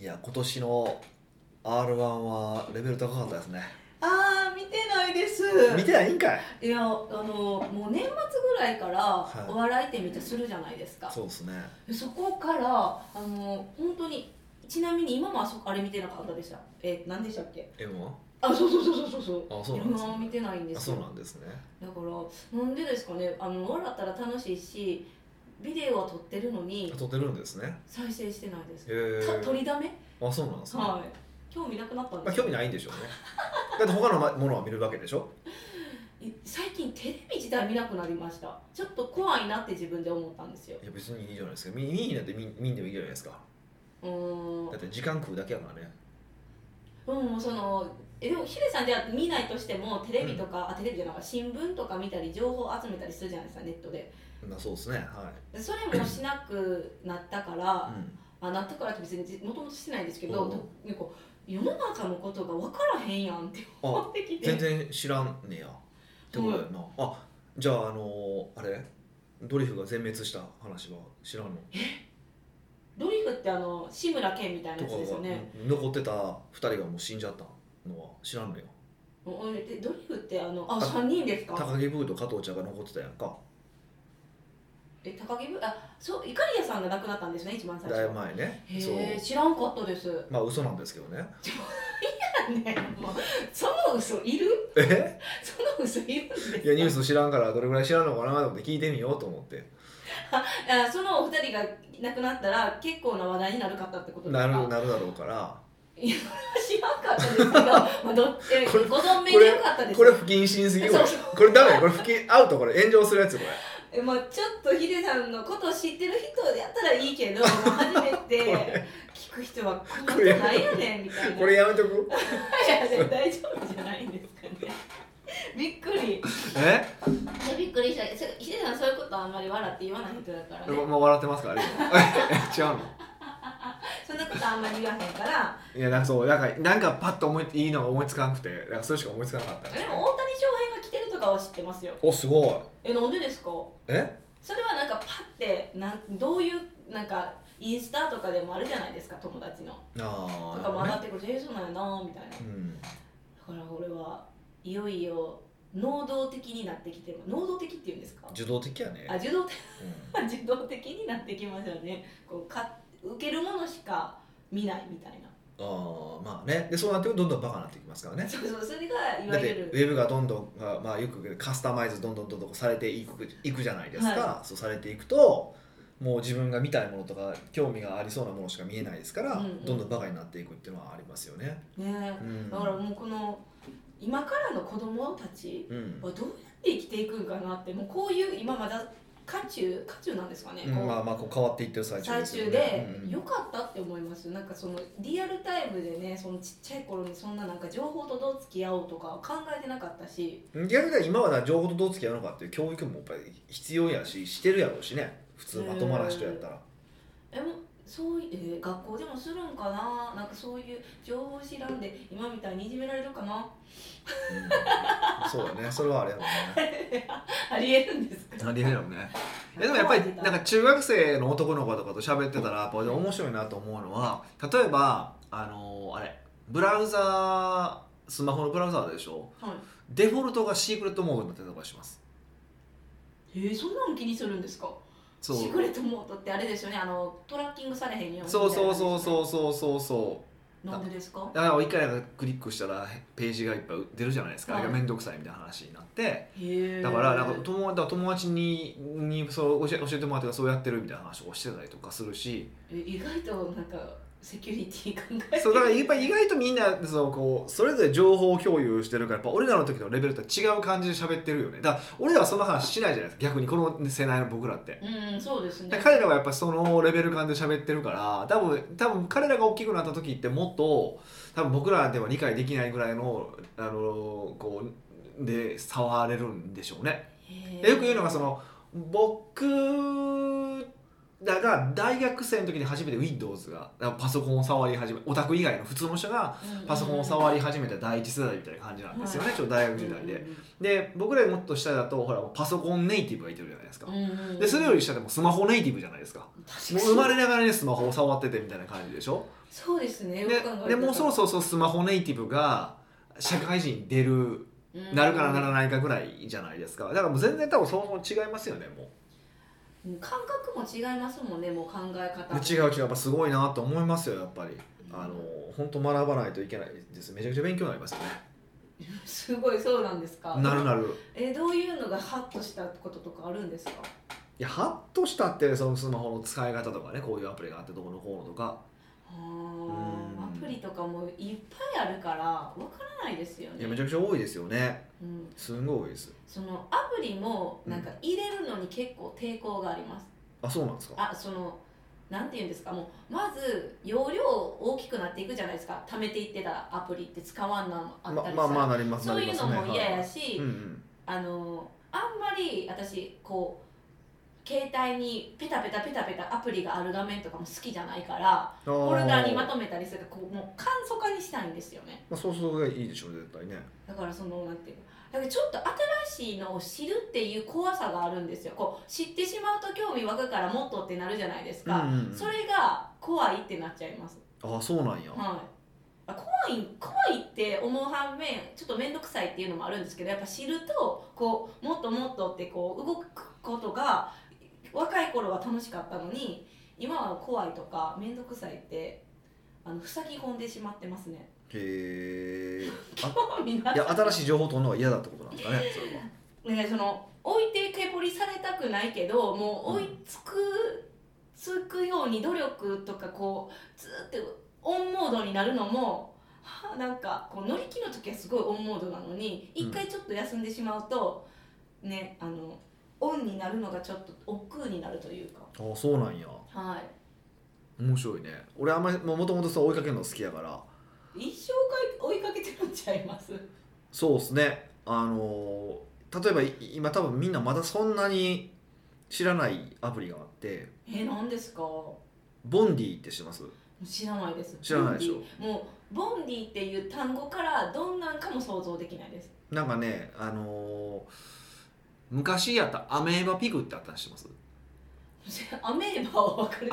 や今年の R1 はレベル高かったですね。 見てないです。 見てないんかい。 いやもう年末ぐらいからはいお笑いってめっちゃするじゃないですか。 そうですね。 そこから本当に、ちなみに今もあれ見てなかったでした。何でしたっけ。 M1？ そうそう。 あ、そうなんですね。 今見てないんですよ。 あ、そうなんですね。 だからなんでですかね。笑ったら楽しいし、ビデオは撮ってるのに撮ってるんですね。 再生してないです。 へ撮りだめ。 あ、そうなんですね。 はい。興味なくなったんです興味ないんでしょうね。だって他のものは見るわけでしょ。 最近テレビ自体見なくなりました。ちょっと怖いなって自分で思ったんですよ。 いや別にいいじゃないですか。見になって見んでもいいじゃないですか。だって時間食うだけやからね。 でもヒデさんじゃ見ないとしてもテレビとか、テレビじゃなくて新聞とか見たり情報集めたりするじゃないですか、ネットで。 そうですね。はそれもしなくなったから、なったからって別にもともとしてないんですけど、なんか世の中のことが分からへんやんって思ってきて。 全然知らんねやってことやな。じゃああれドリフが全滅した話は知らんの？ ドリフって志村けんみたいなやつですよね。 残ってた2人がもう死んじゃったのは知らんのよ。 ドリフって3人ですか？ 高木ブーと加藤茶が残ってたやんか。 高木ブー、そう、いかりやさんが亡くなったんですね、一番最初。 だいぶ前ね。 そう、知らんかったです。 嘘なんですけどね。 もうその嘘いる？その嘘いるんですか？ いやニュース知らんからどれぐらい知らんのかなと思って聞いてみようと思って。 そのお二人が亡くなったら結構な話題になるかったってことですか？ なるだろうから。 いや、知らんかったですけど、ご存命でよかったです。 これ不謹慎すぎる。これダメ。これアウト。これ炎上するやつこれ。 ちょっとヒデさんのことを知ってる人やったらいいけど、もう初めて聞く人はこの人なんやねんみたいな。 これやめとく？ いや大丈夫じゃないんですかね。びっくり。びっくりした。ヒデさんそういうことあんまり笑って言わない人だからね。 もう笑ってますからね。違うの？ そんなことあんまり言わへんから。 いやなんかパッといいのが思いつかなくて、それしか思いつかなかった。 でも大谷翔平が来てるとかは知ってますよ。 お、すごい。なんでですか？それはなんかパッてどういうなんかインスタとかでもあるじゃないですか、友達の。とかも上がってくる、そうなんやなみたいな。だから俺はいよいよ能動的になってきて、能動的っていうんですか？ 受動的やね。 受動的になってきましたね。受けるものしか見ないみたいな。 でそうなってくるとどんどんバカになってきますからね。 そうそれがいわゆるだってウェブがどんどんよくカスタマイズどんどんされていくじゃないですか。そうされていくともう自分が見たいものとか興味がありそうなものしか見えないですから、どんどんバカになっていくっていうのはありますよね。 だからもうこの今からの子供たちはどうやって生きていくんかなって、もうこういう今まだ渦中なんですかね。 こう変わっていってる最中ですよね。 でよかったって思います。なんかそのリアルタイムでね、そのちっちゃい頃にそんななんか情報とどう付き合おうとか考えてなかったし、 逆に今は情報とどう付き合うのかっていう教育もやっぱり必要やし、してるやろうしね。普通まともな人やったら。 そういう学校でもするんかな。なんかそういう情報知らんで今みたいにいじめられるかな。 そうだね、それはあれやろね。 ありえるんですか？ ありえるよね。でもやっぱりなんか中学生の男の子とかと喋ってたらやっぱ面白いなと思うのは、例えばブラウザー、スマホのブラウザーでしょ、デフォルトがシークレットモードになってたりとかします。 そんなの気にするんですか？シークレットモードってあれですよね、トラッキングされへんように。そうなんでですか？ だから一回クリックしたらページがいっぱい出るじゃないですか。あれが面倒くさいみたいな話になって、だからなんか友達にそう教えてもらってそうやってるみたいな話をしてたりとかするし、 意外となんかセキュリティ考えてそうだからやっぱり意外とみんなそれぞれ情報共有してるから、やっぱ俺らの時のレベルと違う感じで喋ってるよね。だから俺らはそんな話しないじゃないですか、逆にこの世代の僕らって。 そうですね。 彼らはやっぱそのレベル感で喋ってるから、多分彼らが大きくなった時ってもっと多分僕らでは理解できないぐらいので触れるんでしょうね。よく言うのが僕だから大学生の時に初めて Windows がパソコンを触り始め、オタク以外の普通の人がパソコンを触り始めた第一世代みたいな感じなんですよね、ちょっと大学時代で。で僕らよりもっと下だとほらパソコンネイティブがいてるじゃないですか。でそれより下でもスマホネイティブじゃないですか。もう生まれながらにスマホを触っててみたいな感じでしょ。 そうですね。 でもうそろそろスマホネイティブが社会人に出るなるかならないかぐらいじゃないですか。だからもう全然多分そも違いますよね。もう感覚も違いますもんね。もう考え方違うやっぱすごいなと思いますよ。やっぱり本当学ばないといけないです。めちゃくちゃ勉強になりますよね。 すごい。そうなんですか。 なるどういうのがハッとしたこととかあるんですか。 いやハッとしたってそのスマホの使い方とかね、こういうアプリがあってどこのこうのとか、 アプリとかもいっぱいあるからわからないですよね。 いやめちゃくちゃ多いですよね。すごい多いです。 そのアプリもなんか入れるのに結構抵抗があります。 あ、そうなんですか。 なんていうんですか、もうまず容量大きくなっていくじゃないですか。貯めていってたアプリって使わんのあったりさ、 なります。 そういうのも嫌やし、あんまり私こう携帯にペタペタアプリがある画面とかも好きじゃないから、フォルダにまとめたりするとこうもう簡素化にしたいんですよね。 そうそうがいいでしょう絶対ね。 だからなんていうか、だからちょっと新しいのを知るっていう怖さがあるんですよ。こう知ってしまうと興味湧くからもっとってなるじゃないですか。それが怖いってなっちゃいます。 あ、そうなんや。 はい。怖いって思う反面ちょっと面倒くさいっていうのもあるんですけど、やっぱ知るとこうもっとってこう動くことが若い頃は楽しかったのに、今は怖いとか面倒くさいって塞ぎ込んでしまってますね。 へえ。いや新しい情報を取るのが嫌だってことなんですかね。 それはね、置いてけぼりされたくないけど、もう追いつくように努力とかこうずっとオンモードになるのもなんかこう乗り気の時はすごいオンモードなのに、一回ちょっと休んでしまうとね、オンになるのがちょっと億劫になるというか。 あ、そうなんや。 はい。 面白いね。俺あんまりもともと追いかけるの好きやから。 一生追いかけてるんちゃいます？ そうですね。例えば今多分みんなまだそんなに知らないアプリがあって。 何ですか？ ボンディって知ってます？ 知らないです。 知らないでしょ。 もうボンディっていう単語からどんなんかも想像できないです。 なんかね、昔やったアメーバピグってあったの知ってます？ アメーバは分かる。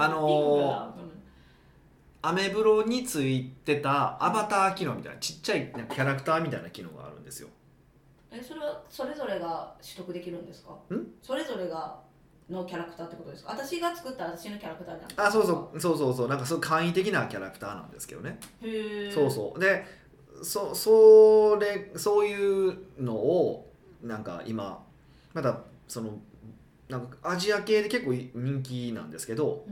アメブロについてたアバター機能みたいな、ちっちゃいキャラクターみたいな機能があるんですよ。 それはそれぞれが取得できるんですか？それぞれがのキャラクターってことですか？私が作った私のキャラクターじゃないですか？ そうなんかそう簡易的なキャラクターなんですけどね。 へえ。 そうでそういうのをなんか今まだなんかアジア系で結構人気なんですけど、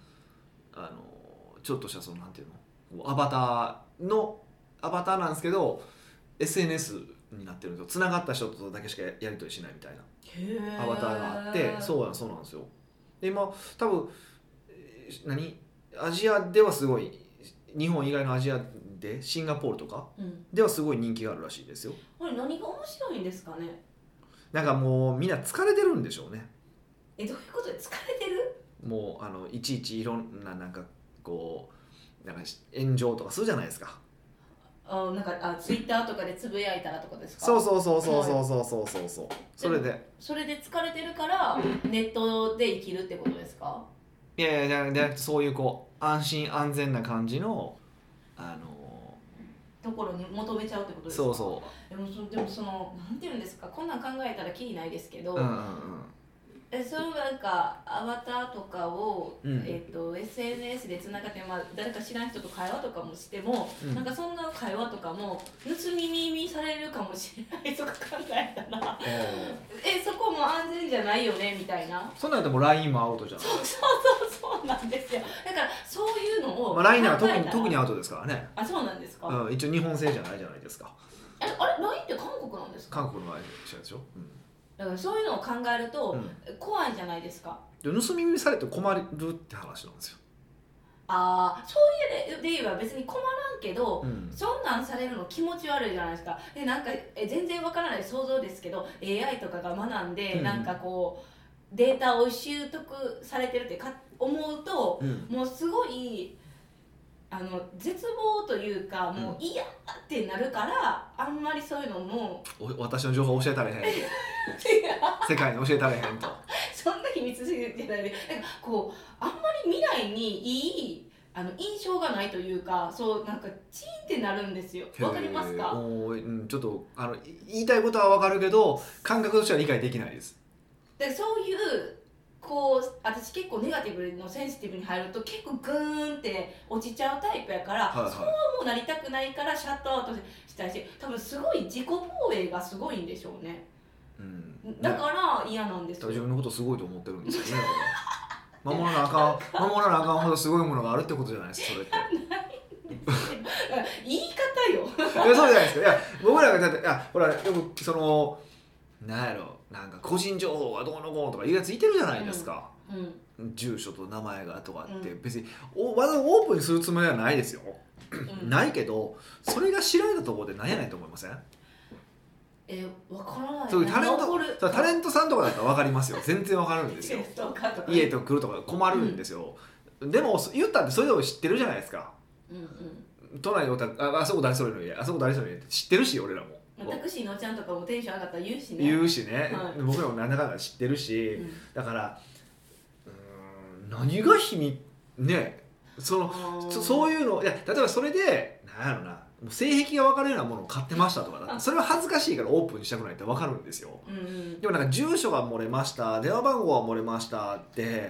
ちょっとしたなんていうの、アバターなんですけど SNS になってるんですよ。つながった人とだけしかやり取りしないみたいなアバターがあって、そうなんですよ。で今多分アジアではすごい、日本以外のアジアでシンガポールとかではすごい人気があるらしいですよ。 これ何が面白いんですかね？ なんかもうみんな疲れてるんでしょうね。 どういうことで疲れてる？ もういちいちいろんななんかこうなんか炎上とかするじゃないですか。 なんかツイッターとかでつぶやいたらとかですか？ そう。それで疲れてるからネットで生きるってことですか？ いやじゃなくて、そういうこう安心安全な感じのところに求めちゃうってことですか？ そう。 でもなんていうんですか、こんなん考えたらきりないですけど、なんかアバターとかを、SNS でつながって、誰か知らん人と会話とかもしても、なんかそんな会話とかも盗み耳されるかもしれないとか考えたらそこも安全じゃないよねみたいな。 そんなんでも LINE もアウトじゃん。 そうなんですよ。だからそういうのを、 LINE は特にアウトですからね。 そうなんですか？ 一応日本製じゃないじゃないですか。 あれ LINE って韓国なんですか？ 韓国の LINE でしょ。 だからそういうのを考えると怖いじゃないですか。 盗み見されて困るって話なんですよ。 そういうで言えば別に困らんけど、そんなんされるの気持ち悪いじゃないですか。なんか全然わからない想像ですけど AI とかが学んで、なんかこうデータを習得されてるって思うと、もうすごい絶望というかもう嫌ってなるから、あんまりそういうのも私の情報教えたれへん世界に教えたれへんとそんな秘密じゃないで、なんかこうあんまり未来にいい印象がないというか、そうなんかチーンってなるんですよ。わかりますか？ ちょっと言いたいことはわかるけど感覚としては理解できないです。 でそういうこう私結構ネガティブのセンシティブに入ると結構グーンって落ちちゃうタイプやから、そうはもうなりたくないからシャットアウトしたいし、多分すごい自己防衛がすごいんでしょうね。だから嫌なんですよ。 自分のことすごいと思ってるんですよね守らなあかんほどすごいものがあるってことじゃないですか、それって言い方よそうじゃないですか。いや僕らがだってほらよくなんやろ、なんか個人情報がどうのこうのとかいうやついてるじゃないですか、住所と名前がとかって、別にわざわざオープンにするつもりはないですよ、ないけどそれが知られたところで何やないと思いません？ わからない。 そうタレントさんとかだったら分かりますよ、全然分かるんですよ家と来るとか困るんですよ、でも言ったってそれでも知ってるじゃないですか、都内におったらあそこ誰それの家、あそこ誰それの家って知ってるし、俺らもタクシーのおちゃんとかもテンション上がったら言うしね、 僕らもなんだかんだ知ってるし、だから何が秘密ね、そういうの、いや例えばそれでなんやろな、性癖が分かるようなものを買ってましたとかだったらそれは恥ずかしいからオープンにしたくないって分かるんですよ、でもなんか住所が漏れました、電話番号が漏れましたって、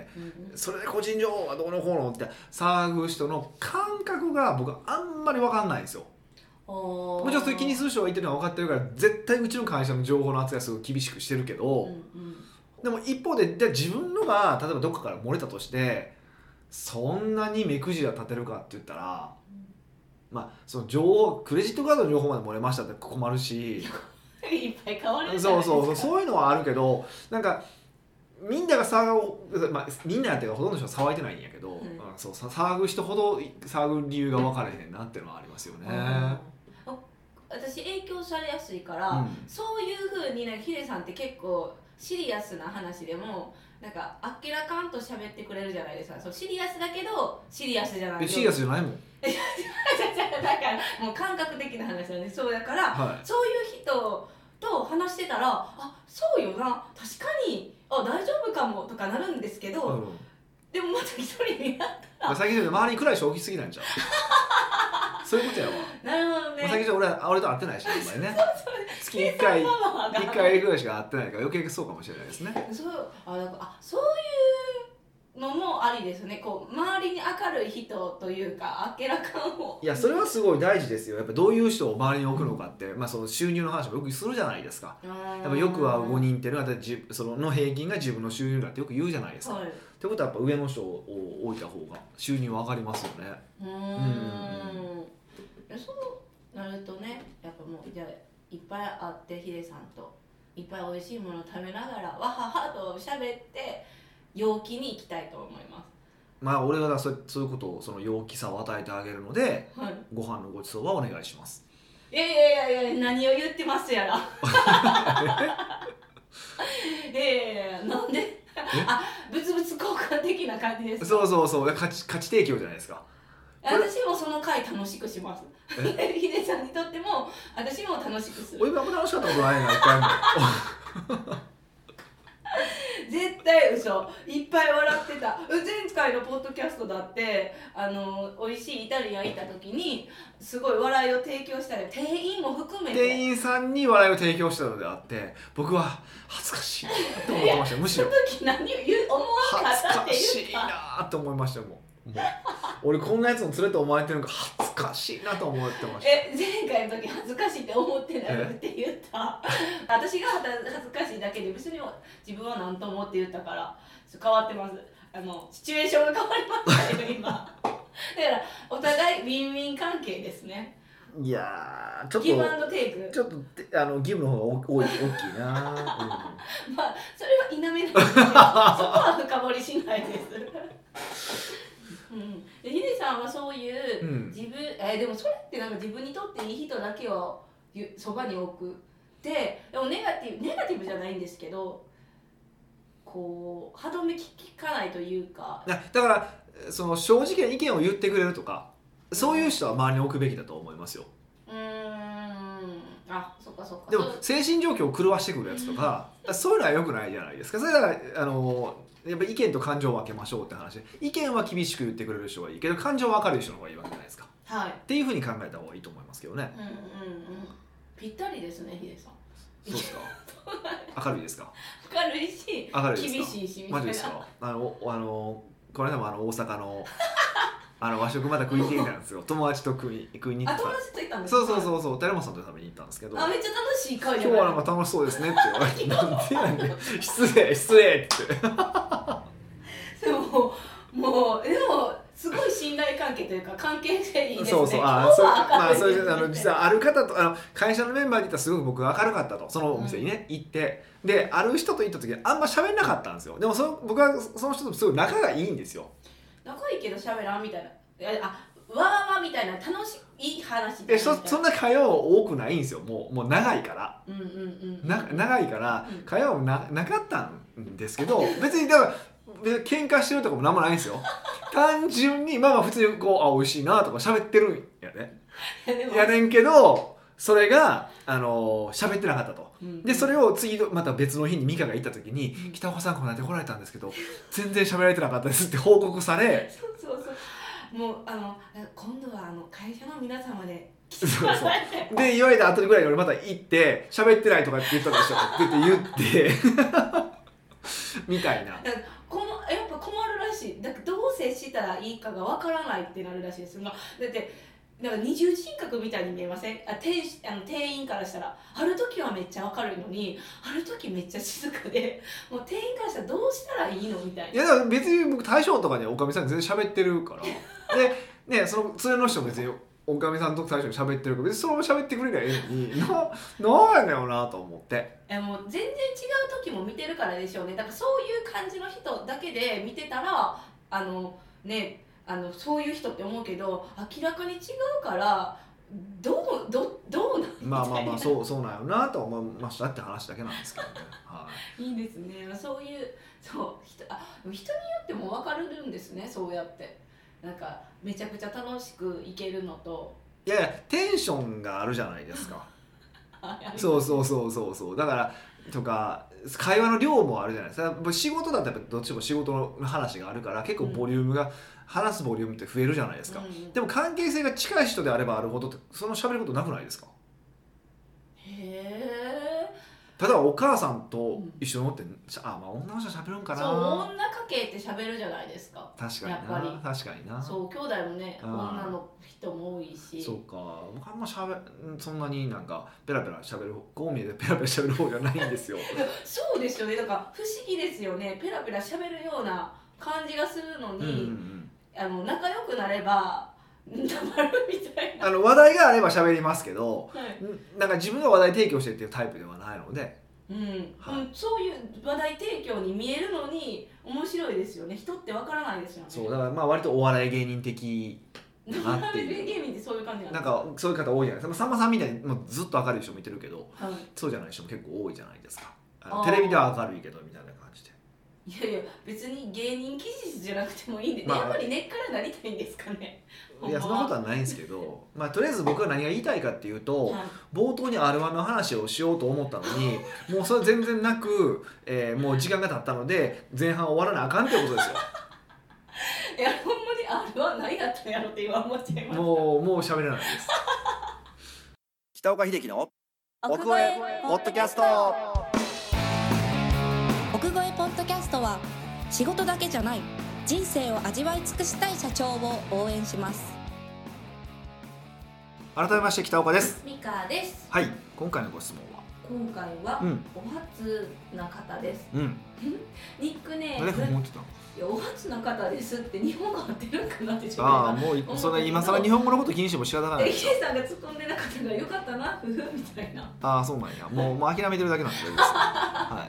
それで個人情報がどうのこうのって騒ぐ人の感覚が僕はあんまり分かんないんですよ。もちろんそれ気にする人がいてるのは分かってるから絶対うちの会社の情報の扱いはすごい厳しくしてるけど、でも一方で自分のが例えばどっかから漏れたとしてそんなに目くじら立てるかって言ったら、その情報クレジットカードの情報まで漏れましたって困るしいっぱい変わるじゃないですか。 そういうのはあるけど、なんかみんながみんなやってるかほとんどの人は騒いでないんやけど、騒ぐ人ほど騒ぐ理由が分からへんなっていうのはありますよね。 私影響されやすいから、そういうふうにヒデさんって結構シリアスな話でもなんかあっけらかんと喋ってくれるじゃないですか。そうシリアスだけどシリアスじゃない。 シリアスじゃないもんだからもう感覚的な話なんで、そうだから、そういう人と話してたらあそうよな確かに大丈夫かもとかなるんですけど、でもまた一人になったら最近周りに暗い人起きすぎないんじゃんそういうことやわ。 なるほどね。 最近俺と会ってないし、お前ね月1回ぐらいしか会ってないから余計そうかもしれないですね。 そういうのもありですね。こう周りに明るい人というかあっけらかんを。 いやそれはすごい大事ですよ。やっぱどういう人を周りに置くのかって、その収入の話もよくするじゃないですか。やっぱよくは5人っていうのはその平均が自分の収入だってよく言うじゃないですか。ってことはやっぱ上の人を置いた方が収入は上がりますよね。 そうなるとね、やっぱもうじゃあいっぱい会ってヒデさんといっぱい美味しいものを食べながらわははと喋って陽気に行きたいと思います。 俺がそういうことをその陽気さを与えてあげるので、ご飯のごちそうはお願いします。 いや何を言ってますやらなんで物々交換的な感じですか。 そう価値提供じゃないですか。 私もその回楽しくしますヒデさんにとっても私も楽しくする。 俺もあんま楽しかったことないな一回も絶対嘘。いっぱい笑ってた。前回のポッドキャストだって美味しいイタリアン行った時にすごい笑いを提供したり、店員も含めて店員さんに笑いを提供したのであって、僕は恥ずかしいなと思ってましたよ。むしろその時何を思わなかったって言った。恥ずかしいなと思いましたよ。もう俺こんなやつの連れと思われてるのが恥ずかしいなと思ってました。 前回の時恥ずかしいって思ってないって言った。私が恥ずかしいだけで別に自分は何と思って言ったから変わってます。シチュエーションが変わりましたよ今だからお互いウィンウィン関係ですね。 いやちょっとギブアンドテイク、 ちょっとギブの方が大きいなそれは否めないのでそこは深掘りしないですヒデさんはそういう自分、でもそれってなんか自分にとっていい人だけをそばに置くでもネガティブじゃないんですけど、ここう歯止め聞かないというか。 だからその正直な意見を言ってくれるとか、そういう人は周りに置くべきだと思いますよ。 あ、そっかそっか。 でも精神状況を狂わしてくるやつとか、そういうのは良くないじゃないですか。それだからやっぱ意見と感情を分けましょうって話で、意見は厳しく言ってくれる人がいいけど感情は明るい人の方がいいわけじゃないですか、 はい、 っていうふうに考えた方がいいと思いますけどね。 ぴったりですね、ヒデさん。 そうですか明るいですか。 明るいし明るいですか。 厳しいしみたいな。 マジですか。この間も大阪の和食また食いに行ったんですよ。友達と食いに行ってた。 友達と行ったんですか。 そう寺本さんと食べに行ったんですけど、 めっちゃ楽しい会今日はなんか楽しそうですねって言われてなんでやねん失礼ってでもすごい信頼関係というか関係性いいですね。そう実はある方と会社のメンバーにいたらすごく僕が明るかったと、そのお店にね、行ってである人と行った時あんま喋んなかったんですよ。でも僕はその人とすごい仲がいいんですよ。 仲いいけど喋らんみたいな、わーみたいな楽しい話でそんな会話は多くないんですよ。もう長いから、長いから会話もなかったんですけど、別にだから喧嘩してるとかもなんもないんですよ。単純に普通に美味しいなとか喋ってるんやね。やねんけどそれが喋ってなかったと。でそれを次また別の日に美香が行った時に「北岡さんこの間来られたんですけど全然喋られてなかったです」って報告され、 もう今度は会社の皆様でで言われた後ぐらいに俺また行って喋ってないとかって言ったでしょって言ってみたいな。 やっぱ困るらしい。だからどう接したらいいかがわからないってなるらしいですよ。だってなんか二重人格みたいに見えません？店員からしたらある時はめっちゃ明るいのにある時めっちゃ静かで、もう店員からしたらどうしたらいいのみたいな。 いやだから別に僕大将とかにおかみさんに全然喋ってるからでね、その連れの人も別におかみさんと大将に喋ってるから別にそのまま喋ってくれりゃええのになんやねんよなと思って。 もう全然違う時も見てるからでしょうね。だからそういう感じの人だけで見てたらそういう人って思うけど明らかに違うからどうなんまあそうなんよなと思いましたって話だけなんですけどね。 いいですね。そういう人によっても分かるんですね。そうやってなんかめちゃくちゃ楽しくいけるのと、 いやテンションがあるじゃないですかそうだからとか会話の量もあるじゃないですか。仕事だったらどっちも仕事の話があるから結構ボリュームが、話すボリュームって増えるじゃないですか、でも関係性が近い人であればあるほどその喋ることなくないですか。例えばお母さんと一緒におって、女の人喋るんかな。 そう女家系って喋るじゃないですか。 確かにな。 やっぱり確かにな。 そう兄弟もね女の人も多いし。 そうか。僕あんまそんなになんかペラペラ喋るこう見えてペラペラ喋る方じゃないんですよそうですよね。だから不思議ですよね。ペラペラ喋るような感じがするのに、仲良くなれば黙るみたいな。 話題があれば喋りますけど、なんか自分が話題提供してっていうタイプではないので、そういう話題提供に見えるのに面白いですよね。人ってわからないですよね。 そうだから割とお笑い芸人的なっていう。 お笑い芸人ってそういう感じなんかそういう方多いじゃないですか。さんまさんみたいにずっと明るい人もいてるけど、そうじゃない人も結構多いじゃないですか。テレビでは明るいけどみたいな感じで。 いや別に芸人気質じゃなくてもいいんで、やっぱり根っからなりたいんですかね。 いやそんなことはないんですけど、とりあえず僕は何が言いたいかっていうと、冒頭に R1 の話をしようと思ったのにもうそれ全然なく、もう時間が経ったので前半終わらなあかんってことですよいやほんまに R1 何やったんやろって今思っちゃいました。 もう喋れないです北岡秀樹の奥越えポッドキャスト。 奥越えポッドキャストは仕事だけじゃない人生を味わい尽くしたい社長を応援します。 改めまして北岡です。 ミカです。 はい、今回のご質問は今回は、お初な方です、ニックネーム誰か思ってたの？ いやお初な方ですって日本語合ってるんかなってもうそれ今更日本語のこと気にしても仕方がないでしょ。 ヒデさんが突っ込んでなかったからよかったなみたいな。 そうなんや。もう諦めてるだけなんで大丈夫ですはい、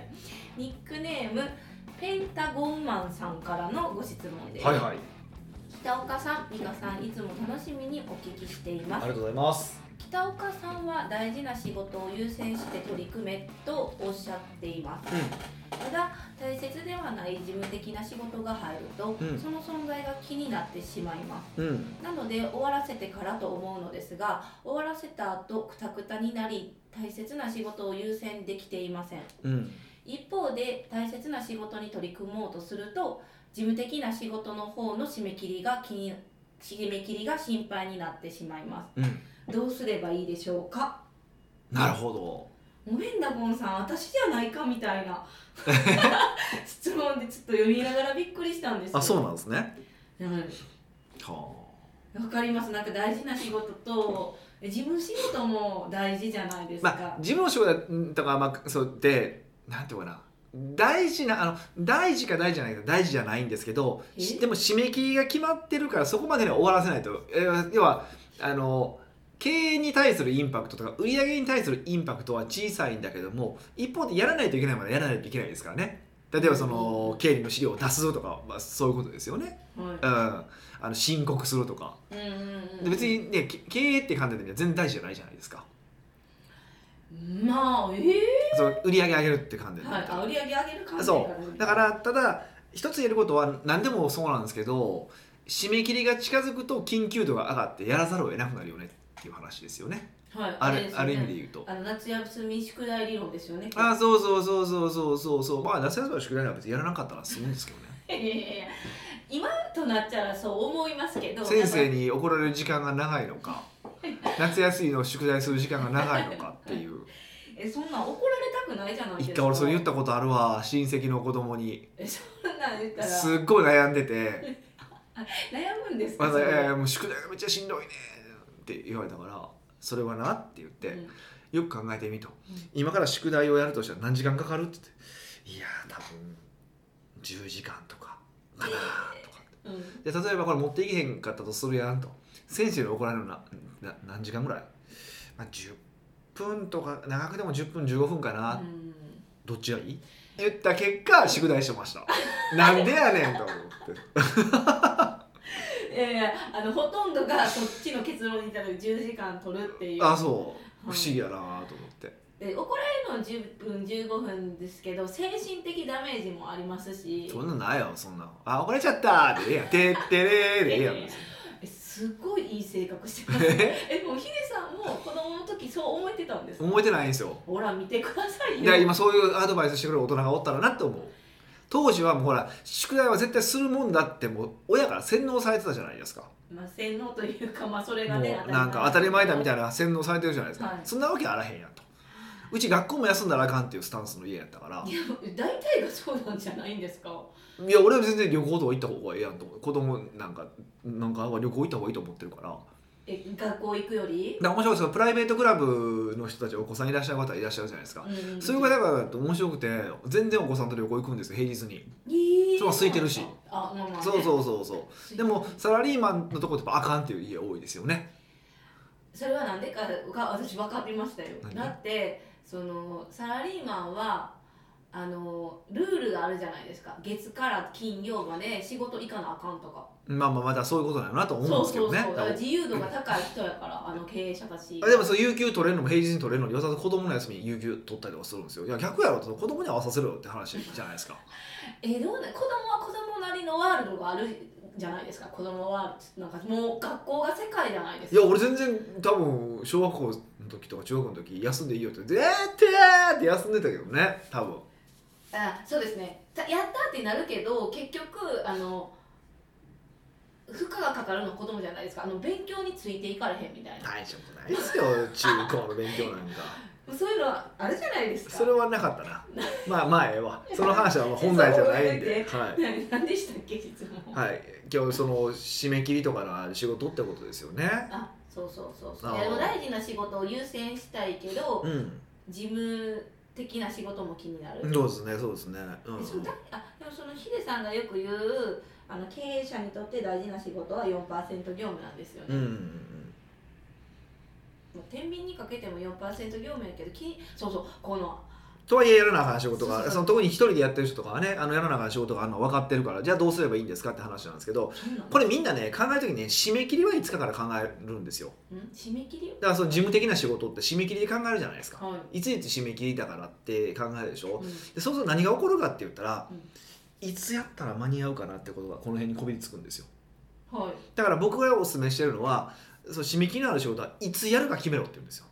ニックネームペンタゴンマンさんからのご質問です。北岡さん、美香さん、いつも楽しみにお聞きしています。 ありがとうございます。 北岡さんは大事な仕事を優先して取り組めとおっしゃっています、 ただ大切ではない事務的な仕事が入ると、その存在が気になってしまいます、なので終わらせてからと思うのですが、終わらせた後クタクタになり大切な仕事を優先できていません、一方で大切な仕事に取り組もうとすると事務的な仕事の方の締め切りが心配になってしまいます、どうすればいいでしょうか。 なるほど。 モメンダゴンさん、私じゃないかみたいな質問でちょっと読みながらびっくりしたんですよ。 あ、そうなんですね。 わかります。なんか大事な仕事と自分仕事も大事じゃないですか。 自分の仕事とか、そうでなんていうかな、大事か大事じゃないか大事じゃないんですけど、でも締め切りが決まってるからそこまでに終わらせないと、要は経営に対するインパクトとか売上に対するインパクトは小さいんだけども、一方でやらないといけないものはやらないといけないですからね。例えばその経理の資料を出すとか、そういうことですよね、申告するとか、別にね経営って観点では全然大事じゃないじゃないですか。そう売り上げ上げるって観点で、 売り上げ上げる観点そうだから、ただ一つ言えることは何でもそうなんですけど、締め切りが近づくと緊急度が上がってやらざるを得なくなるよねっていう話ですよね。ある意味で言うと夏休み宿題理論ですよね。 そう、夏休みの宿題は別にやらなかったら済むんですけどね今となっちゃらそう思いますけど、 先生に怒られる時間が長いのか夏休みの宿題する時間が長いのかっていうそんなん怒られたくないじゃないですか。 一回俺それ言ったことあるわ、親戚の子供に。 そんなん言ったらすっごい悩んでて悩むんですか。 もう宿題がめっちゃしんどいねって言われたから、それはなって言って、よく考えてみと、今から宿題をやるとしたら何時間かかるって言って、いや多分10時間とかかなとか、で例えばこれ持っていけへんかったとするやんと、先生に怒られるの何時間ぐらい、10分とか長くても10分15分かな、どっちがいい言った結果宿題してましたなんでやねんと思ってほとんどがそっちの結論に至る10時間取るっていう。 そう不思議やなと思って。 で怒られるの10分15分ですけど、精神的ダメージもありますし。 そんなんないよ、そんな怒られちゃったってええやん、てってれーでええやんすごいいい性格してますねもうヒデさんも子供の時そう思えてたんですか。 思えてないんですよ。 ほら見てくださいよ。 今そういうアドバイスしてくれる大人がおったらなって思う。当時はもうほら宿題は絶対するもんだってもう親から洗脳されてたじゃないですか。 洗脳というか、それがね、 もうなんか当たり前だみたいな洗脳されてるじゃないですか、そんなわけあらへんやんと。うち学校も休んだらあかんっていうスタンスの家やったから。 いや大体がそうなんじゃないんですか。 いや俺は全然旅行とか行った方がええやんと思う。子供なんか旅行行った方がいいと思ってるから。 学校行くより面白いですよ。プライベートクラブの人たちお子さんいらっしゃる方いらっしゃるじゃないですか、そういう方々だと面白くて全然お子さんと旅行行くんですよ、平日に。それは空いてるし、そうでもサラリーマンのとこってあかんっていう家多いですよね。 それはなんでかが私分かりましたよ。だってそのサラリーマンはルールがあるじゃないですか。月から金曜まで仕事行かなあかんとか。 まだそういうことなのなと思うんですけどね。 だから自由度が高い人やから経営者たち。 でも有給取れるのも平日に取れるのにわざわざ子供の休みに有給取ったりとかするんですよ。いや逆やろと、子供に合わさせろよって話じゃないですかどうね、子供は子供なりのワールドがあるじゃないですか。子供はなんかもう学校が世界じゃないですか。 いや俺全然多分小学校の時とか中学校の時休んでいいよってって休んでたけどね多分。 そうですね、やったってなるけど結局負荷がかかるの子供じゃないですか。勉強についていかれへんみたいな。 大丈夫ないですよ中高の勉強なんかそういうのあるじゃないですか。 それはなかったなええわその話は本題じゃないんで何でしたっけ実は。 今日その締め切りとかの仕事ってことですよね。 そうでも大事な仕事を優先したいけど、事務的な仕事も気になる。 そうですね、 でもそのヒデさんがよく言う経営者にとって大事な仕事は 4% 業務なんですよね。もう天秤にかけても 4% 業務やけどこのとはいえやらなあかん仕事がその特に一人でやってる人とかはねやらなあかん仕事があるの分かってるからじゃあどうすればいいんですかって話なんですけどこれみんなね考える時にね締め切りはいつかから考えるんですよ。 締め切りだからその事務的な仕事って締め切りで考えるじゃないですか、 はい、 いついつ締め切りだからって考えるでしょ、でそうすると何が起こるかって言ったら、いつやったら間に合うかなってことがこの辺にこびりつくんですよ、 はい、 だから僕がお勧めしてるのはその締め切りのある仕事はいつやるか決めろって言うんですよ。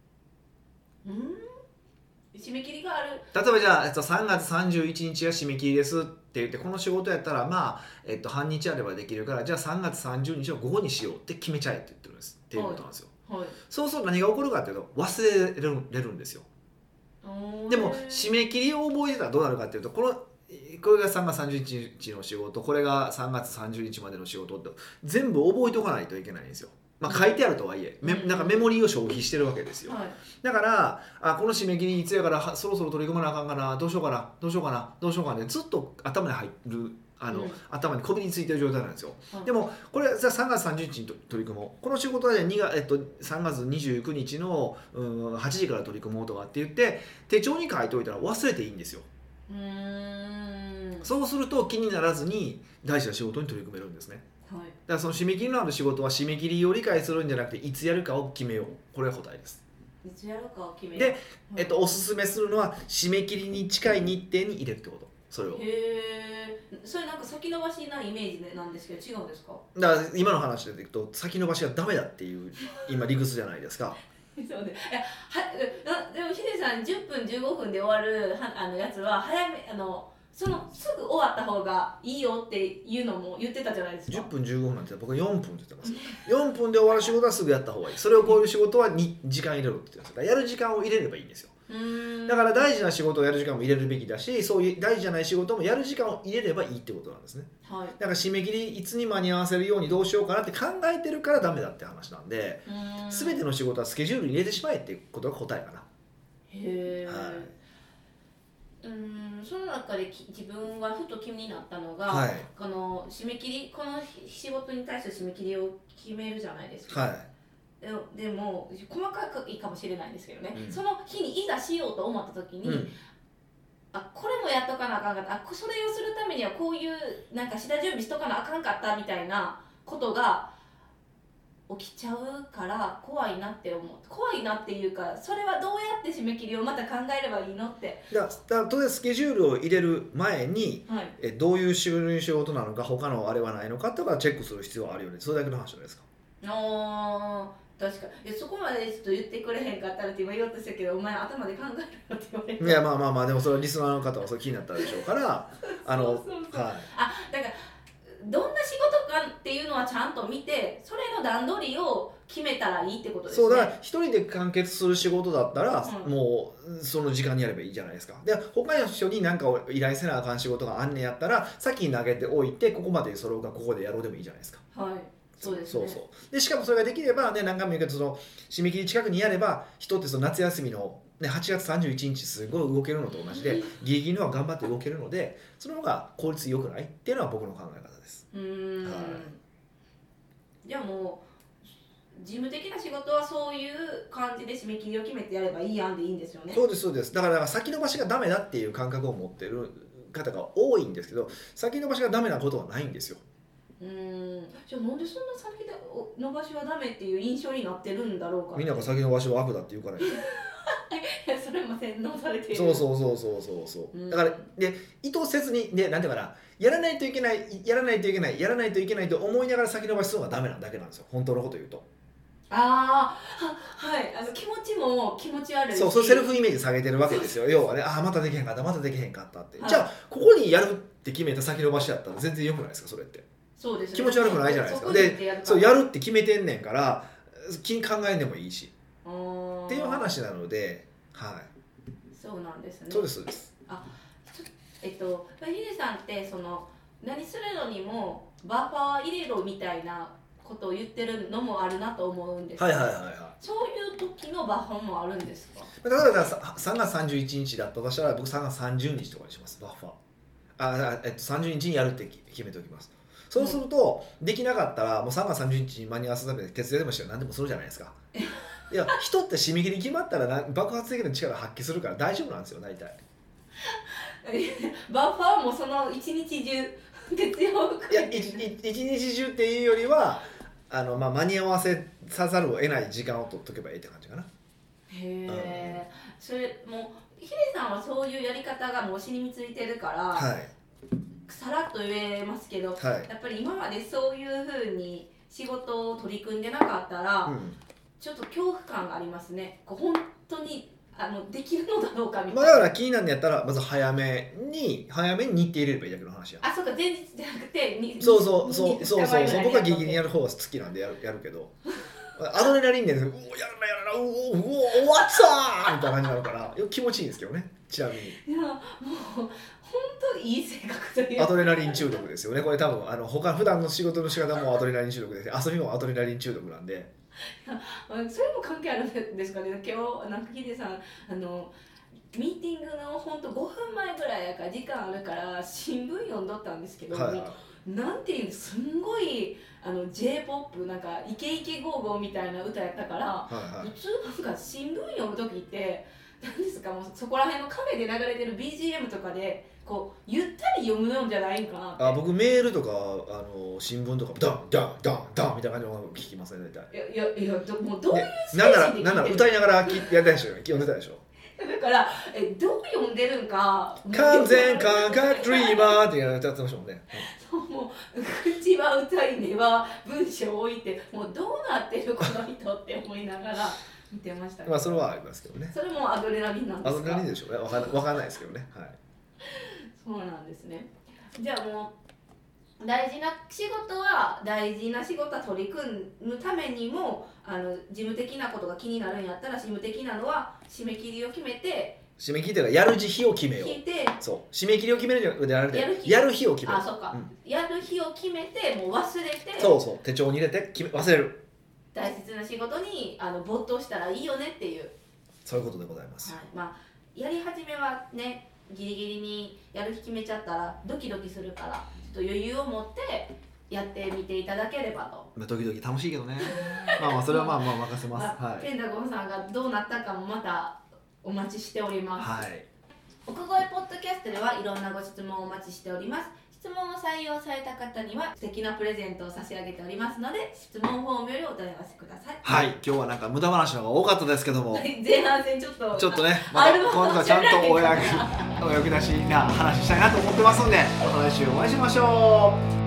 締め切りがある。 例えばじゃあ3月31日が締め切りですって言ってこの仕事やったらまあ、半日あればできるからじゃあ3月30日を午後にしようって決めちゃえって言ってるんですっていうことなんですよ、 はいはい、 そうすると何が起こるかっていうと忘れれるんですよ。でも締め切りを覚えてたらどうなるかっていうとこれが3月31日の仕事これが3月30日までの仕事って全部覚えておかないといけないんですよ。まあ、書いてあるとはいえなんかメモリーを消費してるわけですよ、はい、だからこの締め切りいつやからそろそろ取り組まなあかんかなどうしようかなどうしようかなどうしようかなってずっと頭に入る頭にこびりついてる状態なんですよ、はい、でもこれじゃあ3月30日に取り組もうこの仕事は、3月29日の8時から取り組もうとかって言って手帳に書いておいたら忘れていいんですよ。そうすると気にならずに大事な仕事に取り組めるんですね。だからその締め切りのある仕事は締め切りを理解するんじゃなくていつやるかを決めよう。これが答えです。 いつやるかを決めよう。 で、おすすめするのは締め切りに近い日程に入れるってこと。それを。 へえ。それなんか先延ばしなイメージなんですけど違うんですか？ だから今の話でいくと先延ばしはダメだっていう今理屈じゃないですか。 そうで、でもヒデさん10分15分で終わるやつは早めすぐ終わった方がいいよっていうのも言ってたじゃないですか。 10分15分なんて僕は4分って言ってます4分で終わる仕事はすぐやった方がいい。それをこういう仕事は時間入れろって言ってます。だからやる時間を入れればいいんですよ。だから大事な仕事をやる時間も入れるべきだしそういう大事じゃない仕事もやる時間を入れればいいってことなんですね、はい、だから締め切りいつに間に合わせるようにどうしようかなって考えてるからダメだって話なんで全ての仕事はスケジュールに入れてしまえっていうことが答えかな。 へー、はい、その中で自分はふと気になったのが、はい、この締め切りこの仕事に対する締め切りを決めるじゃないですか、はい、でも細かいかもしれないんですけどね、その日にいざしようと思った時に、これもやっとかなあかんかったそれをするためにはこういうなんか下準備しとかなあかんかったみたいなことが起きちゃうから怖いなって思う。怖いなっていうかそれはどうやって締め切りをまた考えればいいのってだから当然スケジュールを入れる前に、はい、どういう仕事なのか他のあれはないのかとかチェックする必要はあるよね。それだけの話じゃないですか。 確かにそこまでちょっと言ってくれへんかったらって今言おうとしたけどお前頭で考えるよって言われていやまあでもそれはリスナーの方はそれ気になったでしょうからそうはい、だからどんな仕事かっていうのはちゃんと見てそれの段取りを決めたらいいってことですね。 そうだから一人で完結する仕事だったら、もうその時間にやればいいじゃないですか。で他の人に何かを依頼せなあかん仕事があんねやったら先に投げておいてここまでそれをここでやろうでもいいじゃないですか。 はいそうですね、 でしかもそれができれば、ね、何回も言うけどその締め切り近くにやれば人ってその夏休みの、ね、8月31日すごい動けるのと同じでギリギリのは頑張って動けるのでその方が効率良くないっていうのは僕の考え方です。 はい、じゃあもう事務的な仕事はそういう感じで締め切りを決めてやればいいやんでいいんですよね。 そうですだから先延ばしがダメだっていう感覚を持ってる方が多いんですけど先延ばしがダメなことはないんですよ。 じゃあなんでそんな先延ばしはダメっていう印象になってるんだろうか。 みんなが先延ばしは悪だって言うからねそれも洗脳されている。 そうだからで意図せずにでなんていうかなやらないといけないと思いながら先延ばしするのがダメなだけなんですよ本当のこと言うと。 はい気持ちも気持ち悪いしそうセルフイメージ下げてるわけですよ要はねまたできへんかったって、はい、じゃあここにやるって決めた先延ばしやったら全然良くないですかそれって。 そうですね、 気持ち悪くないじゃないですか。でそうやるって決めてんねんから気に考えんでもいいしっていう話なので、はい。 そうなんですね。 そうです。 ヒデさんってその何するのにもバッファー入れろみたいなことを言ってるのもあるなと思うんですけど、そういう時のバッファーもあるんですか？ 例えば3月31日だったとしたら僕3月30日とかにしますバッファー。30日にやるって決めておきます。そうすると、できなかったらもう3月30日に間に合わせるために徹夜でもして何でもするじゃないですかいや人って締め切り決まったら爆発的な力発揮するから大丈夫なんですよ大体。 バッファーもその一日中徹夜を含めて、 一日中っていうよりは間に合わせさざるを得ない時間を取っとけばいいって感じかな。 へえ、それもうヒデさんはそういうやり方がもう染みついてるから、 はい、 さらっと言えますけど、 はい、 やっぱり今までそういう風に仕事を取り組んでなかったら、ちょっと恐怖感がありますね。こう本当にできるのだろうかみたいな。 だから気になるんやったらまず早めに日程入れればいいだけの話や。 あ、そうか、前日じゃなくてそう僕はギリギリにやる方が好きなんでやるけどアドレナリンでやるな終わったーみたいな感じになるから気持ちいいんですけどね。ちなみにいやもう本当いい性格というかアドレナリン中毒ですよねこれ多分普段の仕事の仕方もアドレナリン中毒で遊びもアドレナリン中毒なんで。 それも関係あるんですかね。今日なんかヒデさんミーティングの本当5分前ぐらいやから時間あるから新聞読んどったんですけど、なんていうすんごいJ-POP なんかイケイケゴーゴーみたいな歌やったから、普通なんか新聞読む時って何ですか、もうそこら辺のカフェで流れてる BGM とかでこうゆったり読むのんじゃないんかなって。 僕メールとか新聞とかダンダンダンダンみたいな感じの聞きますね大体。 いやもうどういうステージで聞いてる。 なんなら歌いながらやったでしょ読んでたでしょ。 だからどう読んでるんか完全感覚ドリーマーって歌ってましたもんね。 もう口は歌い目は文章を置いてもうどうなってるこの人って思いながら見てましたけど。 それはありますけどね。 それもアドレナリンなんですか。 アドレナリンでしょうね。わかんないですけどね。はい。 そうなんですね。じゃあもう大事な仕事は取り組むためにも事務的なことが気になるんやったら事務的なのは締め切りを決めて。 締め切りというかやる日を決めよう。そう締め切りを決めるんじゃなくてやる日を決める。 あ、そうか、やる日を決めてもう忘れて。 そう手帳に入れて忘れる。 大切な仕事に没頭したらいいよねっていう。 そういうことでございます。 はい、やり始めはねギリギリにやる日決めちゃったらドキドキするからちょっと余裕を持ってやってみていただければと。 ドキドキ楽しいけどね。それは任せます。 ペンタゴンさんがどうなったかもまたお待ちしております。 はい。 奥越ポッドキャストではいろんなご質問をお待ちしております。質問を採用された方には素敵なプレゼントを差し上げておりますので質問フォームよりお問い合わせください。 はい、今日はなんか無駄話の方が多かったですけども前半戦ちょっとね、 今度はちゃんとお役立ちな話したいなと思ってますのでまた来週お会いしましょう。